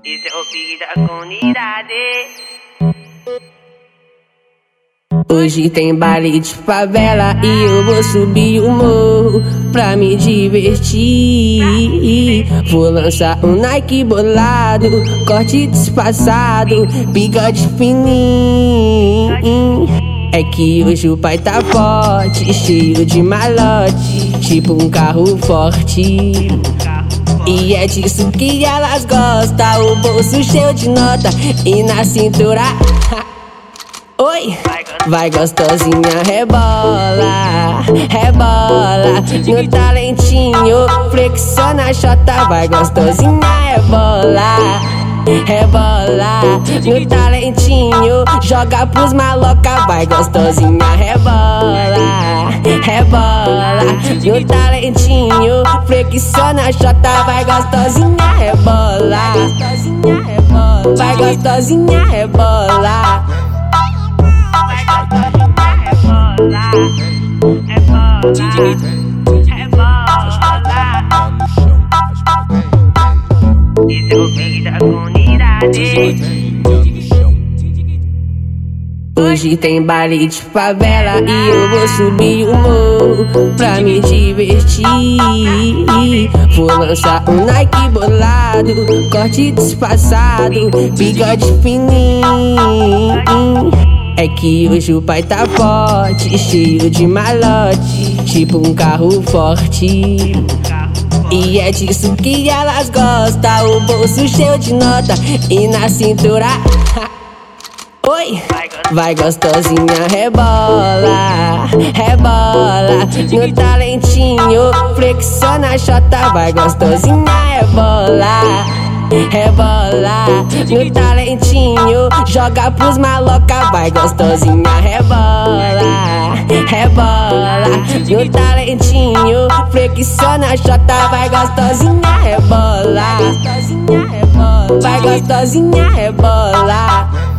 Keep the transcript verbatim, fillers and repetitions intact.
Esse é o pique da comunidade. Hoje tem baile de favela e eu vou subir o morro pra me divertir. Vou lançar um Nike bolado, corte disfarçado, bigode fininho. É que hoje o pai tá forte, cheio de malote, tipo um carro forte. E é disso que elas gostam, o bolso cheio de nota e na cintura. Oi, vai gostosinha, rebola, rebola no talentinho, flexiona a chota. Vai gostosinha, rebola, rebola no talentinho, joga pros maloca. Vai gostosinha, rebola, rebola no talentinho, flexiona a chota. Vai gostosinha, rebola, vai gostosinha, rebola. Esse é o pique da comunidade. Hoje tem baile de favela e eu vou subir o morro pra me divertir. Vou lançar um Nike bolado, corte disfarçado, bigode fininho. É que hoje o pai tá forte, cheio de malote, tipo um carro forte. E é disso que elas gostam, o bolso cheio de nota e na cintura. Oi, vai gostosinha, rebola, rebola no talentinho, flexiona a chota. Vai gostosinha, rebola, rebola no talentinho, joga pros maloca. Vai gostosinha, rebola, rebola no talentinho, flexiona a chota. Vai gostosinha, rebola, vai gostosinha, rebola.